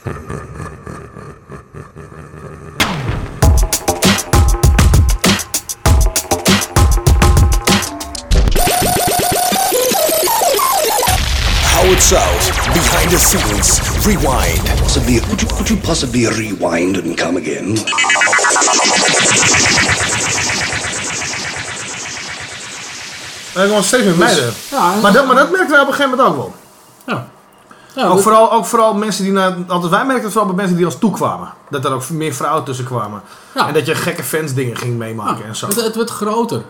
Howard South, behind the scenes, rewind. Could you possibly rewind and come again? Ik was steeds meer meiden. Ja, maar dat merkten wij op een gegeven moment ook wel. Ja. Ja, ook vooral mensen die altijd wij merkten het vooral bij mensen die ons toekwamen. Dat er ook meer vrouwen tussen kwamen. Ja. En dat je gekke fans dingen ging meemaken en zo. Het werd groter.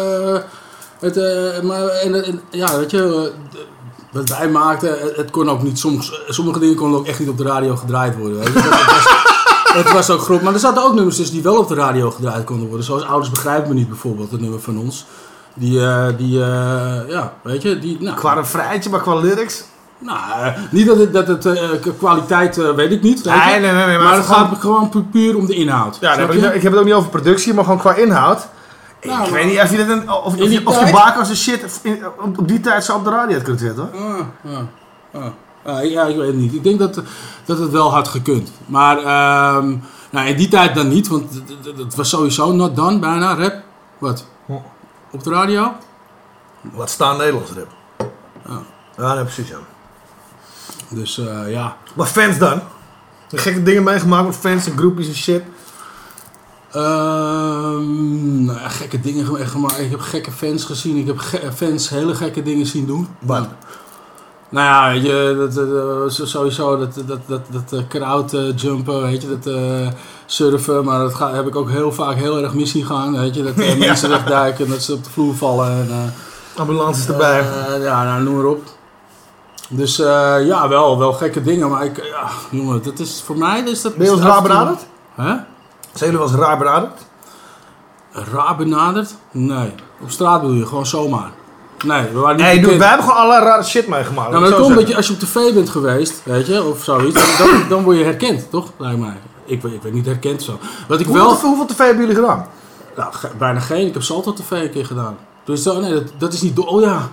Weet je, wat wij maakten, het kon ook niet sommige dingen konden ook echt niet op de radio gedraaid worden. Weet je? Het was ook groot, maar er zaten ook nummers tussen die wel op de radio gedraaid konden worden. Zoals Ouders Begrijpen Me Niet bijvoorbeeld, het nummer van ons. Weet je, die... Qua een vrijtje, maar qua lyrics... Nou, niet dat het kwaliteit weet ik niet. Nee. Maar het gaat gewoon puur om de inhoud. Ja, ik heb het ook niet over productie, maar gewoon qua inhoud. Ik weet niet of je je bakers en shit op die tijd zo op de radio had kunnen zetten. Ja, ik weet het niet. Ik denk dat het wel had gekund. Maar in die tijd dan niet, want het was sowieso not done, bijna rap. Wat? Op de radio? Wat staan Nederlands rap? Ja, nee, precies, ja. Dus ja. Maar fans dan? Gekke dingen meegemaakt met fans en groepjes en shit? Gekke dingen gemaakt. Ik heb gekke fans gezien. Ik heb fans hele gekke dingen zien doen. Wat? Nou ja, sowieso dat crowd jumpen, weet je, dat surfen, maar dat heb ik ook heel vaak heel erg mis zien gaan, weet je, dat mensen wegduiken, dat ze op de vloer vallen. En, ambulances erbij. Noem maar op. Dus ja, wel gekke dingen, maar jongen, dat is voor mij... Ben je wel eens raar benaderd? Hè? Zijn jullie wel eens raar benaderd? Raar benaderd? Nee. Op straat bedoel je, gewoon zomaar. Nee, we waren niet wij hebben gewoon allerlei rare shit meegemaakt. Nou, maar dat komt dat je als je op tv bent geweest, weet je, of zoiets, dan word je herkend, toch? Lijkt mij. Ik werd niet herkend zo. Hoeveel tv hebben jullie gedaan? Nou, bijna geen. Ik heb Salto TV een keer gedaan. Dus dat is niet... Oh ja.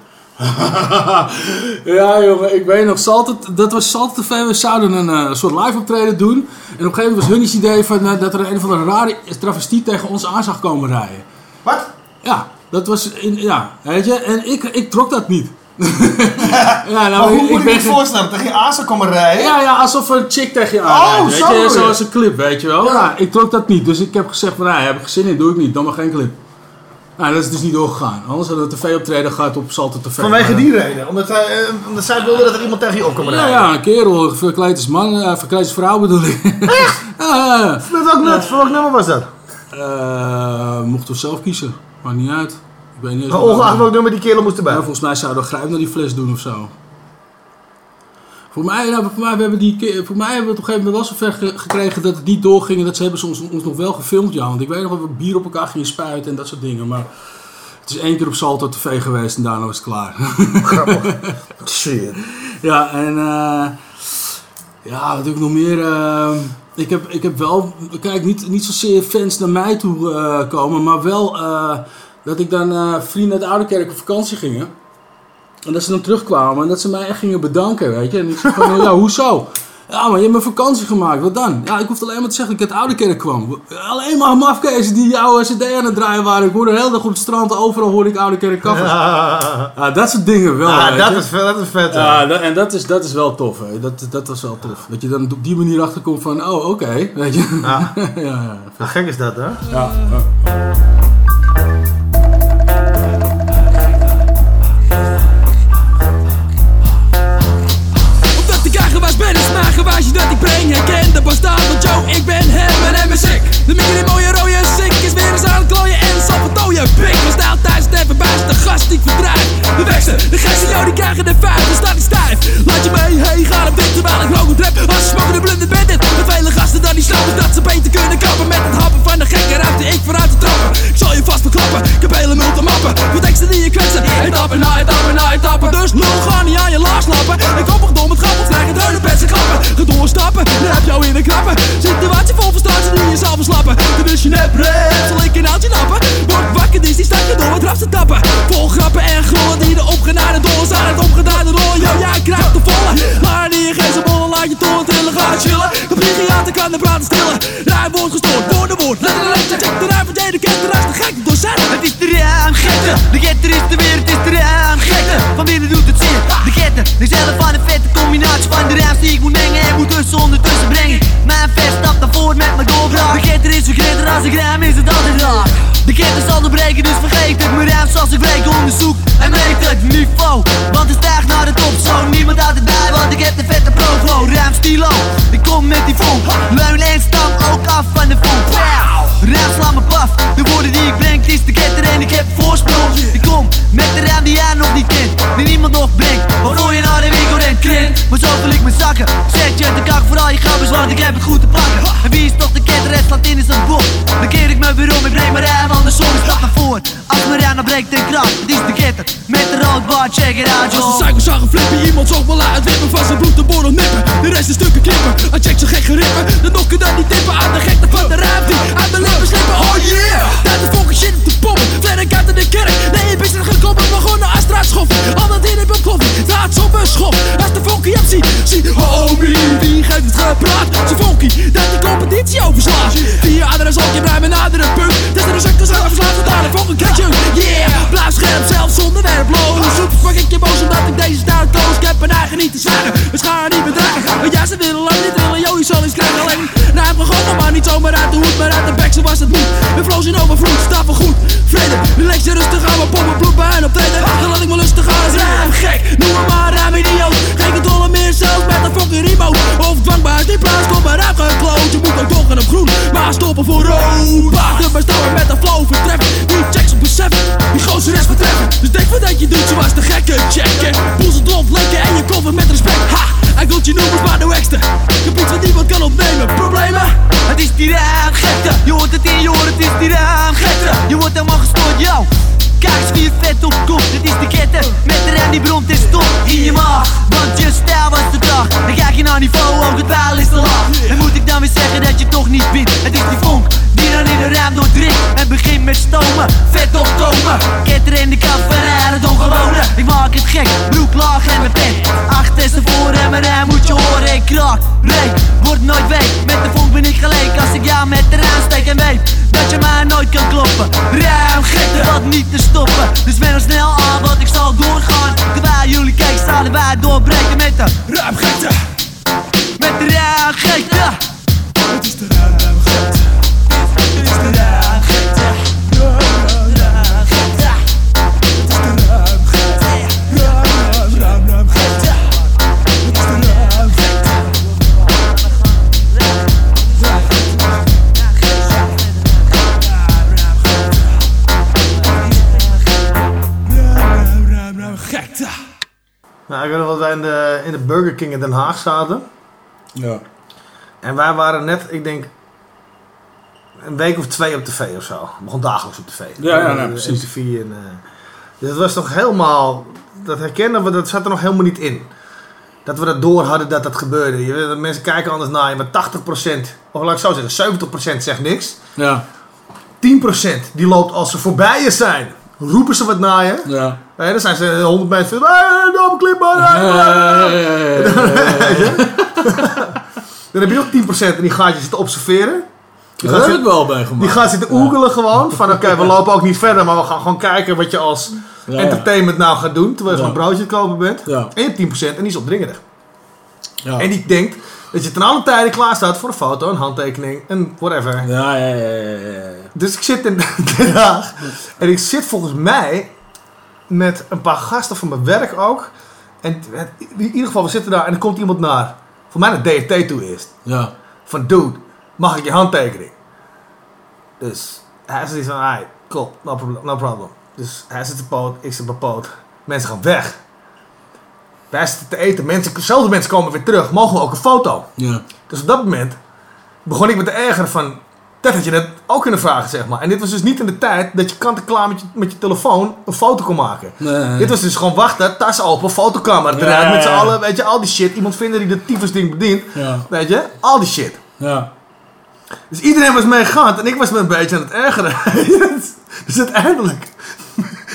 Ja, jongen, ik weet nog, dat was Salto TV. We zouden een soort live optreden doen. En op een gegeven moment was hun iets idee van dat er een of andere rare travestiet tegen ons aan zag komen rijden. Wat? Ja, dat was... weet je, en ik trok dat niet. Ja, nou, hoe moet je je voorstellen? Tegen je aan zou komen rijden? Ja, alsof een chick tegen je aan rijdt, weet je, zoals een clip, weet je wel. Ja, ik trok dat niet, dus ik heb gezegd van, heb ik geen zin in, doe ik niet, dan maar geen clip. Nou, dat is dus niet doorgegaan. Anders hadden we een tv-optreden gehad op Salto TV. Vanwege die reden? Omdat zij wilde dat er iemand tegen je op kwam rijden? Ja, een kerel, verkleed als man, verkleed als vrouw bedoel ik. Echt? Ja. Voor welk nummer was dat? Mochten we zelf kiezen, maakt niet uit. Ik weet niet maar ongeacht welk nummer die kerel moest erbij? Volgens mij zouden we grijp naar die fles doen of zo. Voor mij hebben we op een gegeven moment wel zo ver gekregen dat het niet doorging en dat ze hebben ons nog wel gefilmd, ja. Want ik weet nog dat we bier op elkaar gingen spuiten en dat soort dingen, maar het is 1 keer op Salto TV geweest en daarna was het klaar. Grappig. Shit. Ja, en wat heb ik nog meer? Ik heb wel, kijk, niet zozeer fans naar mij toe komen, maar wel dat ik dan vrienden uit Ouderkerk op vakantie gingen. En dat ze dan terugkwamen en dat ze mij echt gingen bedanken, weet je. En ik zei van, hoezo? Ja, maar je hebt me vakantie gemaakt, wat dan? Ja, ik hoefde alleen maar te zeggen dat ik uit Ouderkerk kwam. Alleen maar mafkezen die jouw cd aan het draaien waren. Ik hoorde de hele dag op het strand, overal hoorde ik Ouderkerk covers. Ja, dat soort dingen wel, dat is vet. Ja, en dat is wel tof, hè. Dat was wel tof. Dat je dan op die manier achterkomt van, oké, weet je. Ja. Ja. Gek is dat, hè? Ja. Gewaasje dat ik breng, herken de bastaan van Joe, ik ben hem en hem is ik. De mikker die mooie rode sik is weer eens aan het klooien en zal vertooien. Pik, we staan thuis het even buiten, de gast die ik verdrijf. De beste, de gesten, jou die krijgen de vuist, dan staat hij stijf. Laat je mee, hey, ga op dit terwijl ik rook een trap. Als ze smoken de blunder bent dit, met vele gasten dan die snappen dat ze beter kunnen kappen. Met het happen van de gekke ruimte, ik vooruit te trappen. Ik zal je vast beklappen, ik heb hele multen mappen. Voor teksten die je kwetsen, etappen na etappen. Dus lul, ga niet aan je laars lappen. Ik hoop nog dom het grappig, krijg het reunen pet klappen. Ga doorstappen, dan heb je jou in de krappen. Situatie vol frustratie die je zal verslappen. Dan is je net breed, zal ik een oudje nappen. Word wakker, dus die stak je door het raf te tappen. Vol grappen en grollen die de opgenaaide dollen aan het omgedraaide rollen. Ja, krijgt de volle. Haar die je geen bollen, laat je toren trillen, ga chillen. kan de praten stillen. Ruim wordt gestoord, woord. Check de ruim van de kent, de rest de gek door zijn. Het is de raamgekte, de getter is de weer, het is de raamgekte. Van binnen doet het zeer, de getter, dezelfde van een vette combinatie van de raams die ik moet mengen en moet tussen ondertussen brengen. Mijn vers stapt daarvoor met mijn doorbraak. De getter is zo gretig als ik raam is het altijd raar. De getter zal doorbreken, dus vergeet het. Mijn raam zoals ik breek onderzoek en meet het niveau. Want het stijgt naar de top, zo niemand uit het bij, want ik heb de vette pro-flow. Raam stilo, ik kom met die vonk. Leun en stam ook af van de vonk. Raam sla me paf, de woorden die ik breng, het is de getter en ik heb voorsprong. Ik kom met de raam die jij nog niet kent, die niemand nog brengt. Waarvoor je naar de winkel rent, krent. Maar zo vul ik mijn zakken, zet je de kak voor al je grappers, want ik heb het goed te pakken. En wie is toch de getter, het slaat in zijn bok. Dan keer ik me weer om, ik breng mijn raam andersom, ik stap naar voor. Als mijn raam dan breekt en kracht, het is de getter met de roodbar, check it out, joh. Als de psycho zag een flippen, iemand zocht wel uit, wippen van zijn bloed, de borrel nippen. De rest is stukken knippen, hij checkt zijn gekke rippen. De nokken dan die tippen, aan de gekte van de ruimte die uit mijn lippen slippen, oh yeah. Tijd de fucking shit op de pompen, verder uit in de kerk. Nee, je bent er gekomen, maar gewoon naar Astra schoffen. Al dat in op koffie, laat op een schof. Als de funky MC, zie homie, wie geeft het gepraat? Zijn funky, dat die competitie overslaat. Vier andere zalkje, blijf met nadere punt. Het is er een stuk zelf verslaat, vandaar de fucking catch. Yeah, blijf scherp, zelf zonder werkloos. Soms pak ik je boos omdat ik deze stijl koos. Ik heb mijn eigen niet te zwijgen, het schaar niet bedreigen. Want jij ze willen lang niet trillen, joh, je zal eens krijgen. Alleen, nou heb begonnen, maar niet zomaar uit de hoed, maar uit de bek zoals het moet. Mijn flows in overvloed, staat wel goed. Vrede, relax je rustig aan, maar pompen bloed bij hen optreden. Dan laat ik me lustig aan, is ruim gek. Noem me maar ruim idioot. Geen controle meer zelfs met een fucking remote. Of dwangbaar, die plaats komt maar ruim gekloot. Je moet ook toch in op groen, maar stoppen voor rood. Baarden maar stoppen met een flow vertreffen. Die checks op beseffen, die grootste rest vertreffen. Dus denk wat dat je doet zoals de gekke checken. Boels het rond, lekker en je koffer met respect. Ha, hij wilt je noemen, maar de wekste. Je iets wat niemand kan opnemen, problemen? Het is die raamgekte, je hoort het in je oren, het is die raamgekte. Je wordt helemaal gestoord, yo. Kijk eens wie vet op komt, het is de getter met de rem die bromt en stop in je maag. Want je stijl was te traag, dan kijk je naar niveau, ook het pijl is te laag. En moet ik dan weer zeggen dat je toch niet biedt? Het is die vonk die dan in de raam doordringt en begint met stomen, vet opkomen. Getter in de kap van het ongewone. Ik maak het gek, broek laag en mijn pen. Achterstevoren en mijn raam moet je horen, ik kraak, reek, word nooit week. Met de vonk ben ik gelijk als ik jou met de raam steek en weet dat je mij nooit kan kloppen. Ruim gekker, wat niet te stoppen. Dus ben er snel aan, want ik zal doorgaan. Terwijl jullie kijken, zouden wij doorbreken met de Ruimgekte. Met de ruimgekte. Het is de ruimgekte. Het is de ruimgekte. Ruimgekte. Het is de ruimgekte. Ruimgekte. Het is de ruimgekte. Ruimgekte. Nou, ik weet nog dat wij in de Burger King in Den Haag zaten. Ja. En wij waren net, ik denk, een week of 2 op tv of zo. We begon dagelijks op tv. Ja, precies. MTV en, dus dat was toch helemaal, dat herkennen we, dat zat er nog helemaal niet in. Dat we dat door hadden dat dat gebeurde. Je weet, dat mensen kijken anders naar je, maar 80%, of laat ik zo zeggen, 70% zegt niks. Ja. 10% die loopt als ze voorbij je zijn. Roepen ze wat naar je. Ja. Dan zijn ze 100 meter verder. Hey, clip man. Dan heb je nog 10% en die gaat je zitten observeren. Daar heb ik wel bij gemaakt. Die gaat zitten oegelen gewoon. Van oké, we lopen ook niet verder, maar we gaan gewoon kijken wat je als entertainment nou gaat doen. Terwijl je zo'n broodje aan het kopen bent. Ja. En je hebt 10% en die is opdringerig. Ja. En die denkt dat je ten alle tijde klaar staat voor een foto, een handtekening, een whatever. Ja. Dus ik zit in Den Haag en ik zit volgens mij met een paar gasten van mijn werk ook. En in ieder geval, we zitten daar en er komt iemand naar, voor mij naar DRT toe eerst. Ja. Van dude, mag ik je handtekening? Dus hij zegt van, alright, cool, no problem. Dus hij zit op poot, ik zit op poot. Mensen gaan weg. Wij zitten te eten, dezelfde mensen komen weer terug, mogen we ook een foto? Ja. Dus op dat moment begon ik me te ergeren van, dat had je net ook kunnen vragen, zeg maar. En dit was dus niet in de tijd dat je kant-en-klaar met je telefoon een foto kon maken. Nee. Dit was dus gewoon wachten, tas open, fotocamera eruit, met z'n allen, weet je, al die shit. Iemand vinden die dat tyfus ding bedient, weet je, al die shit. Ja. Dus iedereen was meegegaan en ik was me een beetje aan het ergeren. Dus uiteindelijk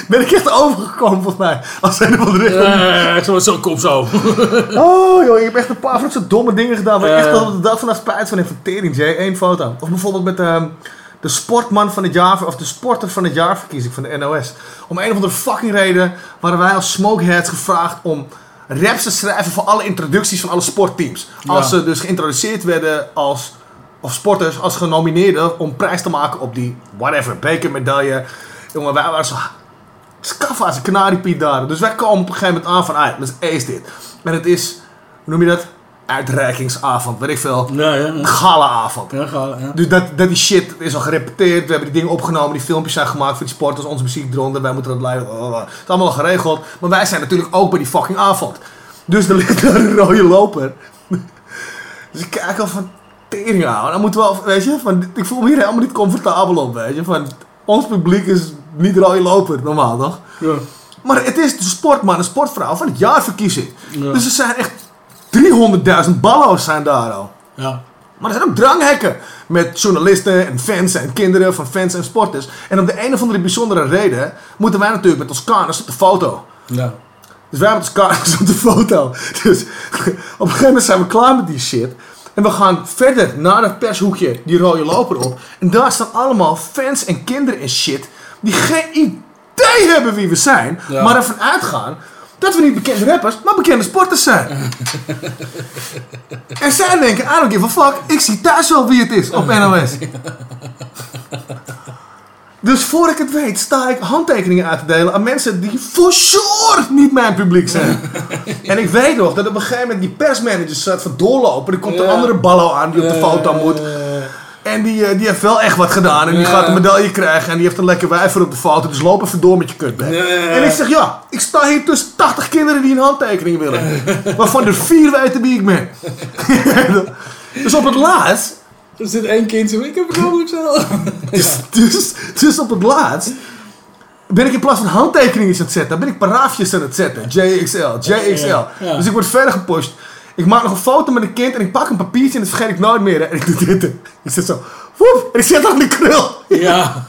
Ben ik echt overgekomen volgens mij. Als een of andere Zo kom zo. Oh joh, ik heb echt een paar van zo'n domme dingen gedaan waar ik echt al de dag vanaf spijt van heb. Tering, Jay, 1 foto. Of bijvoorbeeld met de sportman van het jaar, of de sporter van het jaar verkiezing van de NOS. Om een of andere fucking reden waren wij als Smokeheads gevraagd om raps te schrijven voor alle introducties van alle sportteams. Als ze dus geïntroduceerd werden als sporters, als genomineerden om prijs te maken op die whatever, bekermedaille. Jongen, wij waren zo skaffa als een kanariepiet daar. Dus wij komen op een gegeven moment aan van, let's ace dit. En het is, hoe noem je dat? Uitreikingsavond, weet ik veel. Galaavond. Ja, gala, ja. Dus dat die shit is al gerepeteerd. We hebben die dingen opgenomen, die filmpjes zijn gemaakt voor die sporters, onze muziek eronder. Wij moeten dat leiden. Het is allemaal al geregeld. Maar wij zijn natuurlijk ook bij die fucking avond. Dus er ligt daar een rode loper. Dus ik kijk al van, tering aan. Dan moeten we wel, weet je, van, ik voel me hier helemaal niet comfortabel op, weet je. Van, ons publiek is niet rode loper, normaal toch? Ja. Maar het is de sportman en sportvrouw van het jaarverkiezing. Ja. Dus er zijn echt 300.000 ballo's zijn daar al. Ja. Maar er zijn ook dranghekken met journalisten en fans en kinderen van fans en sporters. En om de een of andere bijzondere reden moeten wij natuurlijk met ons kanus op de foto. Ja. Dus wij hebben ons kanus op de foto. Dus op een gegeven moment zijn we klaar met die shit. En we gaan verder naar het pershoekje, die rode loper op. En daar staan allemaal fans en kinderen en shit die geen idee hebben wie we zijn. Ja. Maar ervan uitgaan dat we niet bekende rappers, maar bekende sporters zijn. En zij denken, I don't give a fuck, ik zie thuis wel wie het is op NOS. Dus voor ik het weet sta ik handtekeningen uit te delen aan mensen die for sure niet mijn publiek zijn. En ik weet nog dat op een gegeven moment die persmanager staat van doorlopen. Er komt een andere ballo aan die op de foto moet. En die heeft wel echt wat gedaan. En die gaat een medaille krijgen. En die heeft een lekker wijver op de foto. Dus loop even door met je kutbek. En ik zeg, ik sta hier tussen 80 kinderen die een handtekening willen. Waarvan er 4 weten wie ik ben. Dus op het laatst... Er zit 1 kindje, ik heb het namelijk zo. Dus op het laatst ben ik in plaats van handtekeningen aan het zetten, ben ik paraafjes aan het zetten. JXL. Ja. Dus ik word verder gepusht. Ik maak nog een foto met een kind en ik pak een papiertje en dat vergeet ik nooit meer. Hè. En ik doe dit. Ik zet zo, woep, en ik zet aan de krul. Ja.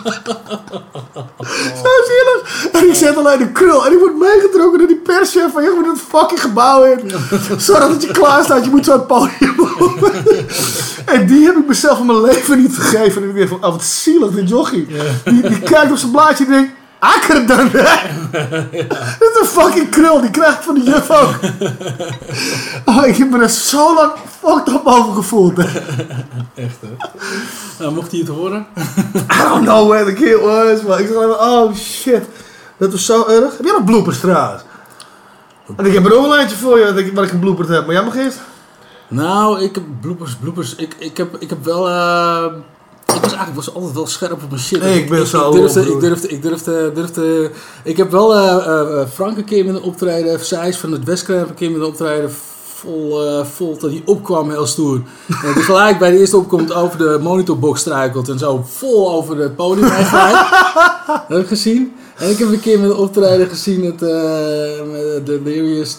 Zo zielig. En ik zet alleen de krul en ik word meegetrokken door die perschef van, je moet het fucking gebouw in. Zodat het je klaar staat, je moet zo het podium op. En die heb ik mezelf in mijn leven niet gegeven. En ik denk van, wat zielig, die jochie. Die kijkt op zijn blaadje en denkt, I could have done that. Dat is een fucking krul, die krijg ik van de juf ook. Oh, ik heb me er zo lang fucked up over gevoeld. Echt hè? Nou, mocht hij het horen? I don't know where the kid was, maar ik dacht, oh shit. Dat was zo erg. Heb jij nog bloopers trouwens? Want ik heb er ook een lijntje voor je waar ik een blooper heb, maar jij mag eerst. Nou, ik heb bloopers. Ik heb wel... Ik was altijd wel scherp op mijn shit. Nee, ik ben zo... Ik durfde... Ik heb wel Frank een keer met een optreden, Sijs van het Westkruip een keer met een optreden, vol dat hij opkwam heel stoer. En tegelijk bij de eerste opkomst over de monitorbox struikelt en zo vol over het podium heen glijdt. Dat heb ik gezien. En ik heb een keer met een optreden gezien met Delirious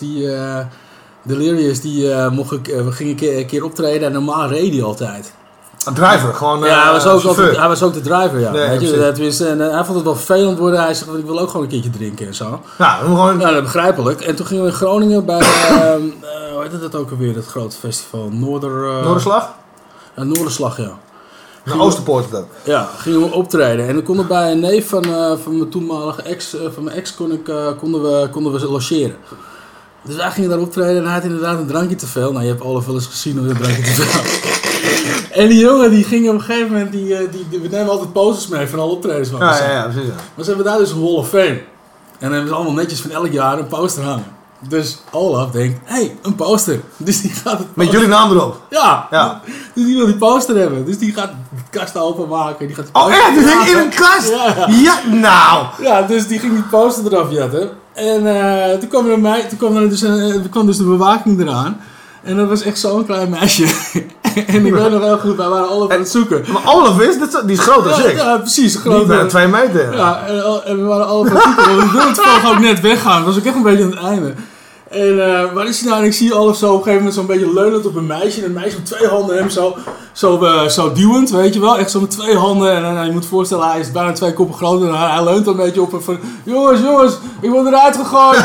die we gingen een keer optreden en normaal reed hij altijd. Een driver, gewoon ja, hij was ook de driver, ja. Nee, weet je, en hij vond het wel vervelend worden. Hij zegt, ik wil ook gewoon een keertje drinken en zo. Ja, gewoon... dat begrijpelijk. En toen gingen we in Groningen bij, hoe heet dat ook alweer, dat grote festival? Noorderslag? Noorderslag, ja. Naar Oosterpoort dat. Ja, gingen we optreden. En dan konden bij een neef van mijn toenmalige ex, konden we logeren. Dus wij gingen daar optreden en hij had inderdaad een drankje te veel. Nou, je hebt Olaf wel eens gezien hoe een drankje te veel. En die jongen die ging op een gegeven moment, we nemen altijd posters mee van alle optredens van ons. Ja, precies. Maar ze hebben daar dus een Hall of Fame. En dan hebben ze allemaal netjes van elk jaar een poster hangen. Dus Olaf denkt, een poster. Dus die gaat het met jullie naam erop? Ja. Dus die wil die poster hebben. Dus die gaat de kast openmaken. Die gaat oh echt? Die ging in een kast? Ja, nou. Ja, dus die ging die poster eraf jatten. En toen kwam dus de bewaking eraan. En dat was echt zo'n klein meisje. En ik weet nog heel goed, wij waren Olaf aan het zoeken. Maar Olaf die is groter dan ik. Ja, precies. Niet bijna 2 meter. Ja, en we waren Olaf aan het zoeken. Want ik wilde toevallig ook net weggaan. Dat was ook echt een beetje aan het einde. En waar is hij nou? En ik zie Olaf zo op een gegeven moment zo'n beetje leunend op een meisje. En een meisje met 2 handen hem zo duwend, weet je wel. Echt zo met 2 handen. En je moet voorstellen, hij is bijna 2 koppen groter. En hij leunt een beetje op hem van... Jongens, ik word eruit gegooid.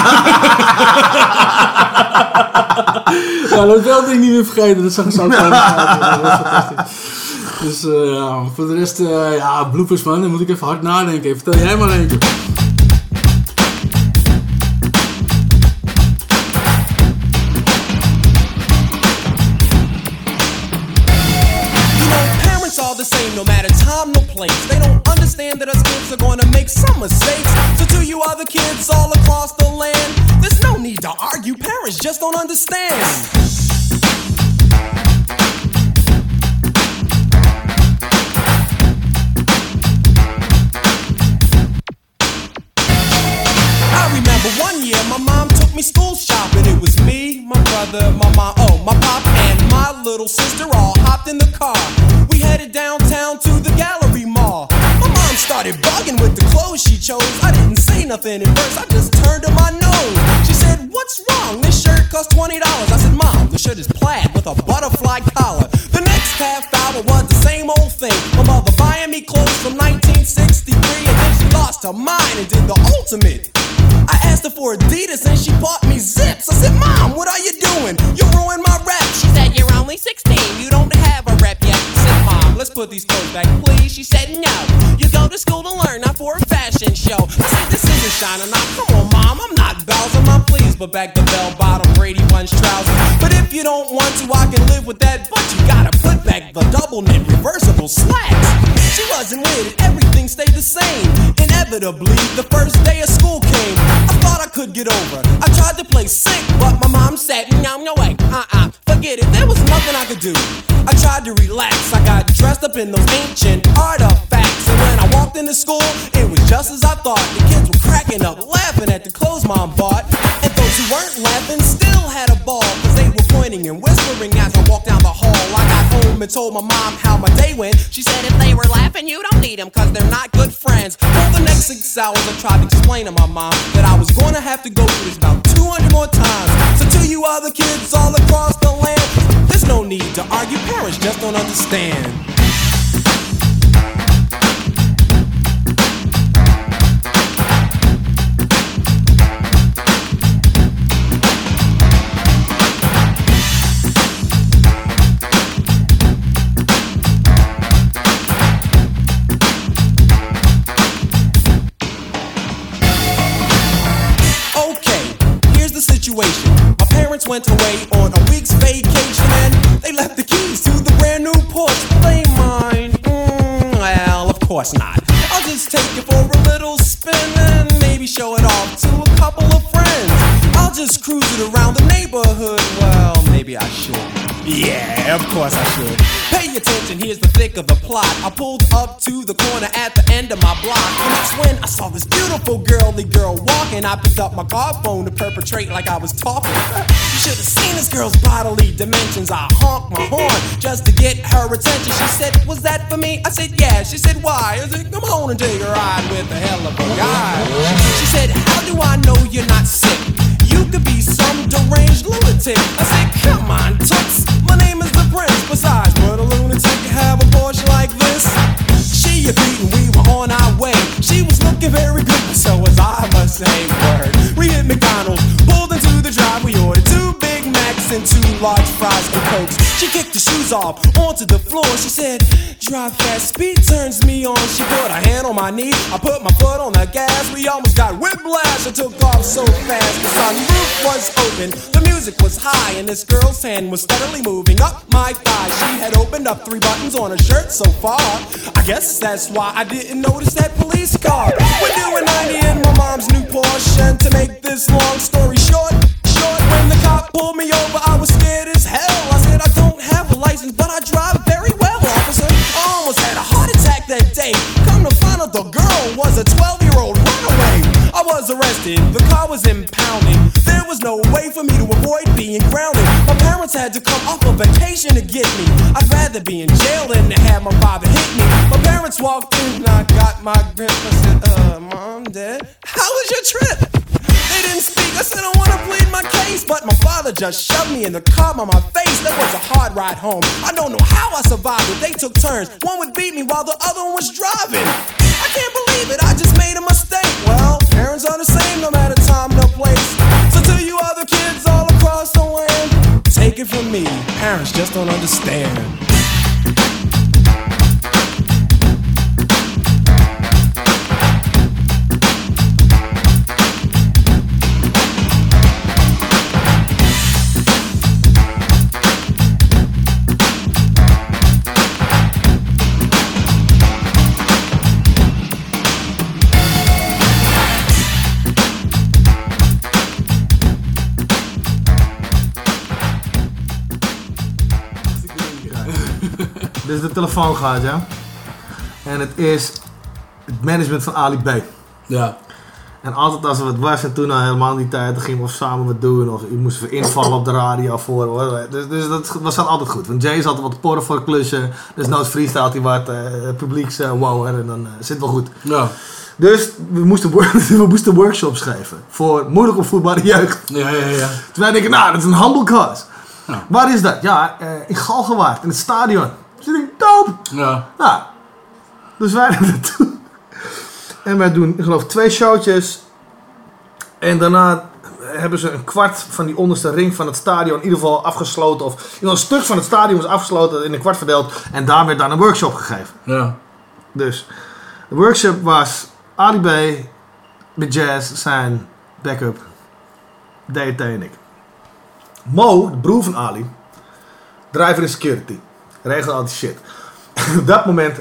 Ja, dat wil ik niet meer vergeten. Dat zag ik zo klein. Dat was fantastisch. Dus ja, voor de rest, bloopers man. Dan moet ik even hard nadenken. Vertel jij maar eentje. No matter time, no place. They don't understand that us kids are gonna make some mistakes. So to you other kids all across the land, there's no need to argue. Parents just don't understand. I remember one year my mom took me school shopping. It was me, my brother, my mom, my pop, and my little sister all hopped in the car. We headed downtown to the Gallery Mall. My mom started bugging with the clothes she chose. I didn't say nothing at first, I just turned to my nose. She said, "What's wrong? This shirt costs $20. I said, "Mom, the shirt is plaid with a butterfly collar." The next half hour was the same old thing. My mother buying me clothes from 1963, and then she lost her mind and did the ultimate. I asked her for Adidas and she bought me Zips. I said, "Mom, what are you doing? You ruined my rap." She said, "You're only 16, you don't have a rep yet." I said, "Mom, let's put these clothes back, please." She said, "No, you go to school to learn, not for a fashion show." I said, "This isn't shining on. Come on, Mom, I'm not Bowser, Mom, please. But back the bell-bottom Brady Bunch trousers. But if you don't want to, I can live with that. But you gotta put back the double-knit reversible slacks." She wasn't with it, everything stayed the same. Inevitably, the first day of school came. I thought I could get over. I tried to play sick, but my mom said, "No way, forget it, there was nothing I could do." I tried to relax, I got dressed up in those ancient artifacts. And when I walked into school, it was just as I thought. The kids were cracking up, laughing at the clothes Mom bought. And those who weren't laughing still had a ball, cause they were pointing and whispering as I walked down the hall. I got home and told my mom how my day went. She said, "If they were laughing, you don't need them, cause they're not good friends." For the next 6 hours I tried to explain to my mom that I was gonna have to go through this about 200 more times. So to you other kids all across the land, there's no need to argue, parents just don't understand. My parents went away on a week's vacation and they left the keys to the brand new Porsche. They mine? Well, of course not. I'll just take it for a little spin and maybe show it off to a couple of friends. I'll just cruise it around the neighborhood. Well, maybe I should. Yeah, of course I should. Pay attention, here's the thick of the plot. I pulled up to the corner at the end of my block, and that's when I saw this beautiful girly girl walking. I picked up my car phone to perpetrate like I was talking. You should have seen this girl's bodily dimensions. I honked my horn just to get her attention. She said, "Was that for me?" I said, "Yeah." She said, "Why?" I said, "Come on and take a ride with a hell of a guy." She said, "How do I know you're not sick? You could be some deranged lunatic." I said, "Come on, Toots, my name is the Prince. Besides, would a lunatic have a Porsche like this?" She agreed and we were on our way. She was looking very good, so as I must say, word. We hit McDonald's, pulled into the drive. We ordered 2 Big Macs and 2 large fries and Cokes. She kicked the shoes off onto the floor. She said, "Drive fast, speed turns me on." She put her hand on my knee, I put my foot on the gas. We almost got whiplash, I took off so fast. The sunroof was open, the music was high, and this girl's hand was steadily moving up my thigh. She had opened up 3 buttons on her shirt so far. I guess that's why I didn't notice that police car. We're doing 90 in my mom's new Porsche, and to make this long story short, when the cop pulled me over, I was scared as hell. I said, "I don't have a license, but I drive very well, officer." I almost had a heart attack that day. Come to find out the girl was a 12-year-old runaway. I was arrested, the car was impounded. There was no way for me to avoid being grounded. My parents had to come off a vacation to get me. I'd rather be in jail than to have my father hit me. My parents walked in and I got my grip. I said, "Mom, Dad, how was your trip?" They didn't speak. I said I wanna plead my case, but my father just shoved me in the car by my face. That was a hard ride home. I don't know how I survived it. They took turns. One would beat me while the other one was driving. I can't believe it. I just made a mistake. Well, parents are the same no matter time, no place. So to you other kids all across the land, take it from me, parents just don't understand. Dit is de telefoon gaat, ja. En het is het management van Ali B. Ja. En altijd als er wat was en toen nou helemaal die tijd, dan gingen we samen wat doen. Of je moest even invallen op de radio voor. Hoor. Dus dat was altijd goed. Want Jay is altijd wat porren voor klussen. Dus nooit freestyle hij wat publieks wower en dan zit het wel goed. Ja. Dus we moesten workshops geven voor moeilijk opvoedbare jeugd. Ja. Toen wij denken, nou dat is een humble cause. Ja. Waar is dat? Ja, in Galgenwaard, in het stadion. Dus ik denk, dope! Ja. Nou, dus wij er naartoe. En wij doen, ik geloof, 2 showtjes. En daarna hebben ze een kwart van die onderste ring van het stadion in ieder geval afgesloten. Of een stuk van het stadion was afgesloten, in een kwart verdeeld. En daar werd dan een workshop gegeven. Ja. Dus de workshop was Ali B, met Jazz, zijn backup, DT en ik. Mo, de broer van Ali, driver in security, regelde al die shit. Op dat moment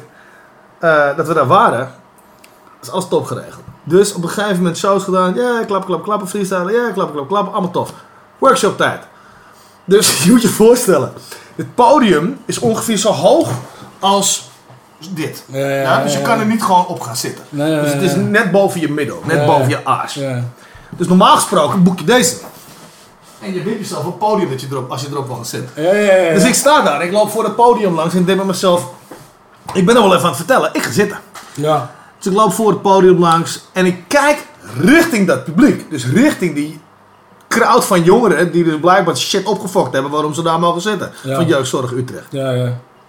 dat we daar waren, was alles top geregeld. Dus op een gegeven moment shows gedaan, ja, klappen, freestylen, ja, klappen, allemaal tof. Workshop tijd. Dus je moet je voorstellen, het podium is ongeveer zo hoog als dit. Ja, dus je kan er niet gewoon op gaan zitten. Dus het is net boven je middel, net boven je aars. Ja. Dus normaal gesproken boek je deze. En je wint jezelf op het podium dat je erop, als je erop wil gaan zitten. Ja. Dus ik sta daar, ik loop voor het podium langs en ik denk bij mezelf, ik ben er wel even aan het vertellen, ik ga zitten. Ja. Dus ik loop voor het podium langs en ik kijk richting dat publiek. Dus richting die crowd van jongeren die dus blijkbaar shit opgefokt hebben waarom ze daar mogen zitten. Ja. Van Jeugdzorg Utrecht. Ja.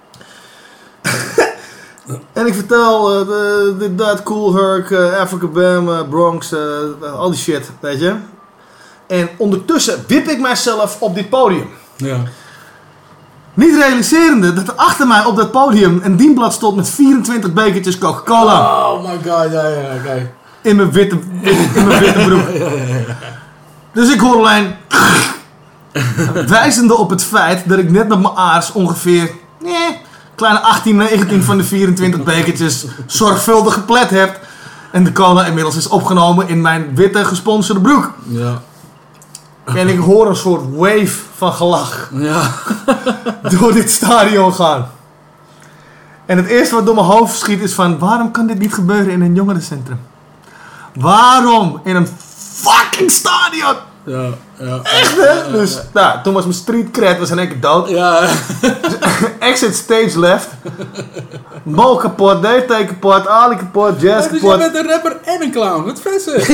En ik vertel dat Cool Herc, Africa Bam, Bronx, al die shit, weet je. En ondertussen wip ik mijzelf op dit podium. Ja. Niet realiserende dat er achter mij op dat podium een dienblad stond met 24 bekertjes Coca-Cola. Oh my god, ja, kijk. In mijn witte broek. Ja. Dus ik hoor alleen wijzende op het feit dat ik net met mijn aars ongeveer kleine 18, 19 van de 24 bekertjes zorgvuldig geplet heb. En de cola inmiddels is opgenomen in mijn witte gesponsorde broek. Ja. En ik hoor een soort wave van gelach door dit stadion gaan. En het eerste wat door mijn hoofd schiet is van, waarom kan dit niet gebeuren in een jongerencentrum? Waarom in een fucking stadion? Ja. Echt hè? Dus nou, toen was mijn street cred was in één keer dood. Ja. Exit stage left. Mo kapot, DT kapot, Ali kapot, Jazz kapot. Dus jij bent een rapper en een clown, wat vet zeg.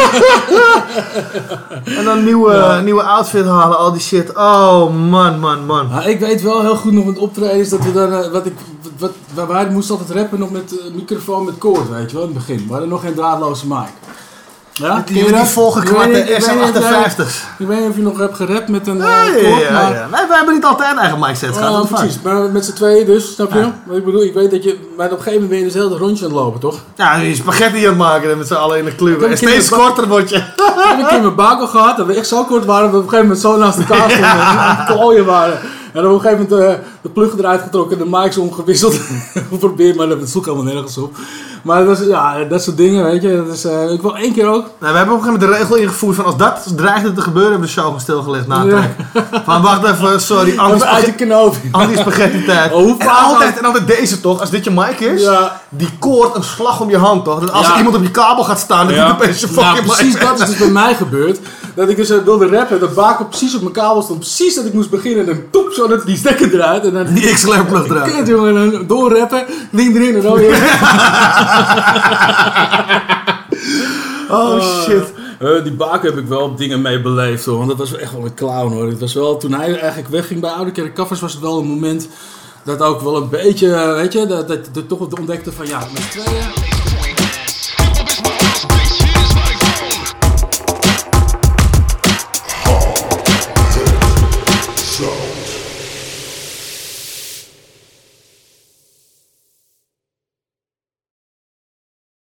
En dan nieuwe outfit halen, al die shit. Oh man. Nou, ik weet wel heel goed nog met optredens dat we dan, wij moesten altijd rappen nog met microfoon met koord, weet je wel, in het begin. We hadden nog geen draadloze mic. Ja, die volgekwarte SM58's. Ik weet niet of je nog hebt gerapt met een koord, maar... Ja. Nee, wij hebben niet altijd eigen mic sets gehad. Precies, maar met z'n tweeën dus, snap je? Wat ik bedoel, ik weet dat je... Maar op een gegeven moment ben je dezelfde rondje aan het lopen, toch? Ja, je spaghetti aan het maken en met z'n allen in de kluwen. En steeds korter word je. Ik heb een keer mijn bakel gehad, dat we echt zo kort waren, dat we op een gegeven moment zo naast elkaar stonden en klooien waren. En dan op een gegeven moment de plug eruit getrokken, de mics omgewisseld. Probeer, maar dat zoek allemaal nergens op. Maar dat is, dat soort dingen, weet je. Dat is, ik wil 1 keer ook. Nou, we hebben op een gegeven moment de regel ingevoerd van als dat dreigde te gebeuren, hebben we de show gewoon stilgelegd na een track. Van wacht even, sorry, anti-spaghetti tijd. En altijd deze toch, als dit je mic is, die koord een slag om je hand toch. Dat als er iemand op je kabel gaat staan, dat doet opeens je fucking mic. Precies, dat is dus bij mij gebeurd. Dat ik dus wilde rappen, dat bakel precies op mijn kabel stond, precies dat ik moest beginnen en dan toep, zo dat die stekker eruit. En dan die XLR-plug eruit. Kut jongen, en dan doorrappen, ding erin en dan weer. Oh shit. Die Baken heb ik wel dingen mee beleefd hoor. Want dat was echt wel een clown hoor. Het was wel, toen hij eigenlijk wegging bij Oude Kerk Cafés was het wel een moment dat ook wel een beetje, weet je, dat toch ontdekte van ja, met 2